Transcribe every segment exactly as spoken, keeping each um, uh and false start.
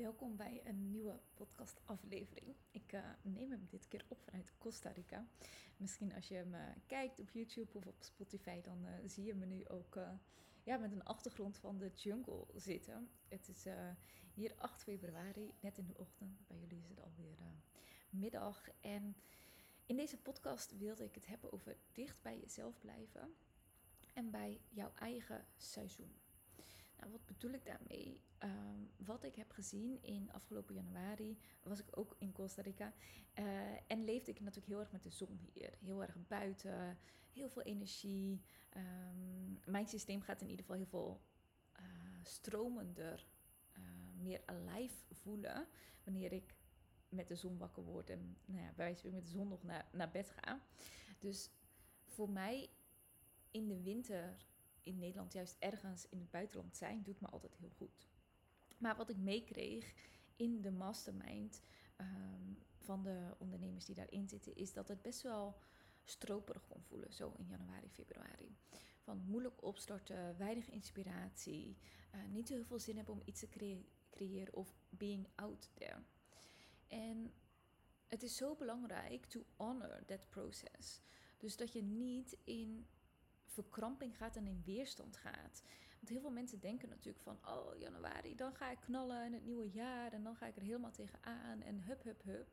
Welkom bij een nieuwe podcastaflevering. Ik uh, neem hem dit keer op vanuit Costa Rica. Misschien als je hem uh, kijkt op YouTube of op Spotify, dan uh, zie je me nu ook uh, ja, met een achtergrond van de jungle zitten. Het is uh, hier acht februari, net in de ochtend. Bij jullie is het alweer uh, middag. En in deze podcast wilde ik het hebben over dicht bij jezelf blijven en bij jouw eigen seizoen. Nou, wat bedoel ik daarmee? Um, wat ik heb gezien in afgelopen januari, was ik ook in Costa Rica. Uh, en leefde ik natuurlijk heel erg met de zon hier. Heel erg buiten, heel veel energie. Um, mijn systeem gaat in ieder geval heel veel uh, stromender, uh, meer alive voelen. Wanneer ik met de zon wakker word en nou ja, bij wijze van met de zon nog naar, naar bed ga. Dus voor mij in de winter in Nederland juist ergens in het buitenland zijn, doet me altijd heel goed. Maar wat ik meekreeg in de mastermind um, van de ondernemers die daarin zitten, is dat het best wel stroperig kon voelen, zo in januari, februari. Van moeilijk opstarten, weinig inspiratie, uh, niet zo heel veel zin hebben om iets te cre- creëren of being out there. En het is zo belangrijk to honor that process. Dus dat je niet in verkramping gaat en in weerstand gaat. Want heel veel mensen denken natuurlijk van, oh januari, dan ga ik knallen in het nieuwe jaar en dan ga ik er helemaal tegenaan en hup, hup, hup.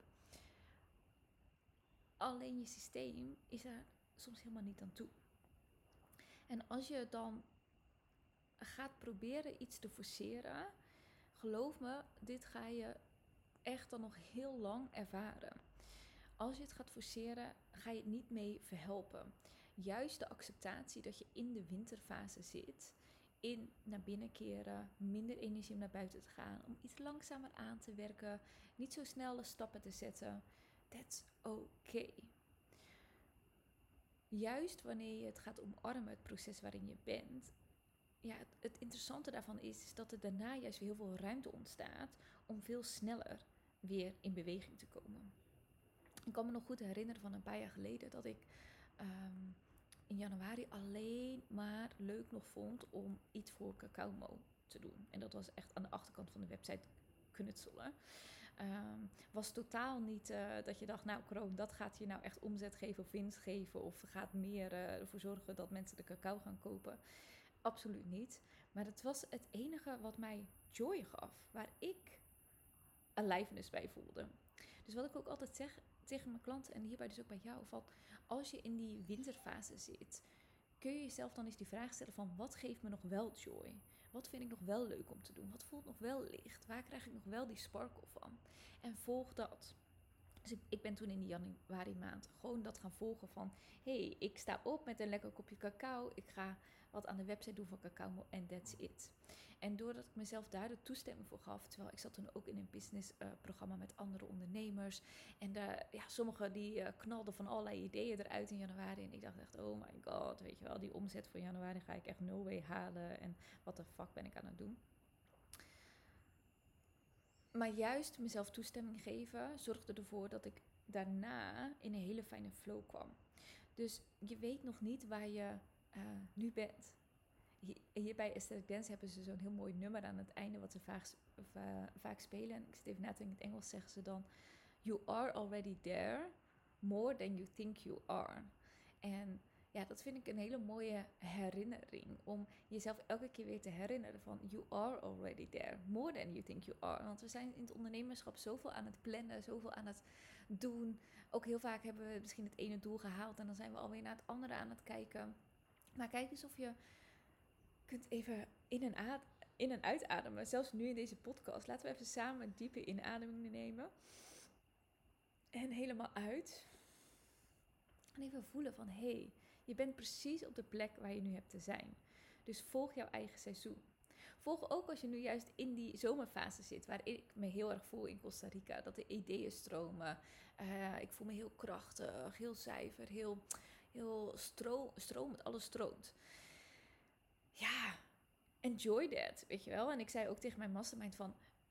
Alleen je systeem is er soms helemaal niet aan toe. En als je dan gaat proberen iets te forceren, geloof me, dit ga je echt dan nog heel lang ervaren. Als je het gaat forceren, ga je het niet mee verhelpen. Juist de acceptatie dat je in de winterfase zit, in naar binnen keren, minder energie om naar buiten te gaan, om iets langzamer aan te werken, niet zo snelle stappen te zetten. That's okay. Juist wanneer je het gaat omarmen, het proces waarin je bent, ja, het, het interessante daarvan is, is dat er daarna juist weer heel veel ruimte ontstaat om veel sneller weer in beweging te komen. Ik kan me nog goed herinneren van een paar jaar geleden dat ik um, in januari alleen maar leuk nog vond om iets voor Cacao te doen. En dat was echt aan de achterkant van de website knutselen. Um, was totaal niet uh, dat je dacht, nou Kroon, dat gaat je nou echt omzet geven of winst geven of gaat meer uh, ervoor zorgen dat mensen de cacao gaan kopen. Absoluut niet. Maar het was het enige wat mij joy gaf, waar ik aliveness bij voelde. Dus wat ik ook altijd zeg tegen mijn klanten en hierbij dus ook bij jou, van als je in die winterfase zit, kun je jezelf dan eens die vraag stellen van wat geeft me nog wel joy? Wat vind ik nog wel leuk om te doen? Wat voelt nog wel licht? Waar krijg ik nog wel die sparkle van? En volg dat. Dus ik, ik ben toen in die januari maand gewoon dat gaan volgen van, hé, hey, ik sta op met een lekker kopje cacao. Ik ga wat aan de website doen van Cacao en that's it. En doordat ik mezelf daar de toestemming voor gaf, terwijl ik zat toen ook in een businessprogramma uh, met andere ondernemers. En de, ja, sommigen die uh, knalden van allerlei ideeën eruit in januari. En ik dacht echt, oh my god, weet je wel, die omzet voor januari ga ik echt no way halen. En wat de fuck ben ik aan het doen? Maar juist mezelf toestemming geven zorgde ervoor dat ik daarna in een hele fijne flow kwam. Dus je weet nog niet waar je uh, nu bent. Hier bij Aesthetic Dance hebben ze zo'n heel mooi nummer aan het einde wat ze vaak, va- vaak spelen. En ik zit even na te denken, in het Engels zeggen ze dan, you are already there, more than you think you are. En ja, dat vind ik een hele mooie herinnering. Om jezelf elke keer weer te herinneren van you are already there. More than you think you are. Want we zijn in het ondernemerschap zoveel aan het plannen. Zoveel aan het doen. Ook heel vaak hebben we misschien het ene doel gehaald. En dan zijn we alweer naar het andere aan het kijken. Maar kijk eens of je kunt even in en, ad- in en uitademen. Zelfs nu in deze podcast. Laten we even samen een diepe inademing nemen. En helemaal uit. En even voelen van, hé, hey, je bent precies op de plek waar je nu hebt te zijn. Dus volg jouw eigen seizoen. Volg ook als je nu juist in die zomerfase zit, waar ik me heel erg voel in Costa Rica. Dat de ideeën stromen. Uh, ik voel me heel krachtig, heel zuiver, heel, heel stro- stromend, alles stroomt. Ja, enjoy that, weet je wel. En ik zei ook tegen mijn mastermind van,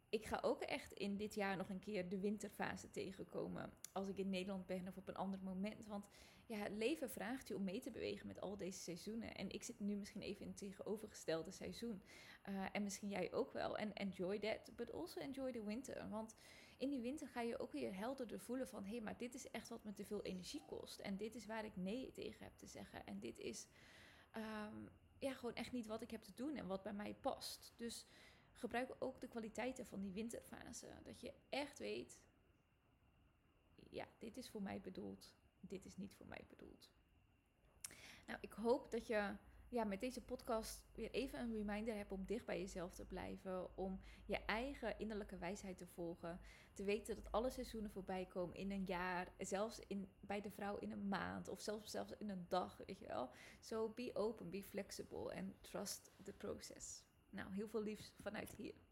ik ga ook echt in dit jaar nog een keer de winterfase tegenkomen. Als ik in Nederland ben of op een ander moment. Want ja, het leven vraagt je om mee te bewegen met al deze seizoenen. En ik zit nu misschien even in het tegenovergestelde seizoen. Uh, en misschien jij ook wel. En enjoy that, but also enjoy the winter. Want in die winter ga je ook weer helderder voelen van... hé, hey, maar dit is echt wat me te veel energie kost. En dit is waar ik nee tegen heb te zeggen. En dit is um, ja, gewoon echt niet wat ik heb te doen en wat bij mij past. Dus... gebruik ook de kwaliteiten van die winterfase. Dat je echt weet, ja, dit is voor mij bedoeld. Dit is niet voor mij bedoeld. Nou, ik hoop dat je ja, met deze podcast weer even een reminder hebt om dicht bij jezelf te blijven. Om je eigen innerlijke wijsheid te volgen. Te weten dat alle seizoenen voorbij komen in een jaar. Zelfs in, bij de vrouw in een maand. Of zelfs, zelfs in een dag, weet je wel. So be open, be flexible and trust the process. Nou, heel veel liefs vanuit hier.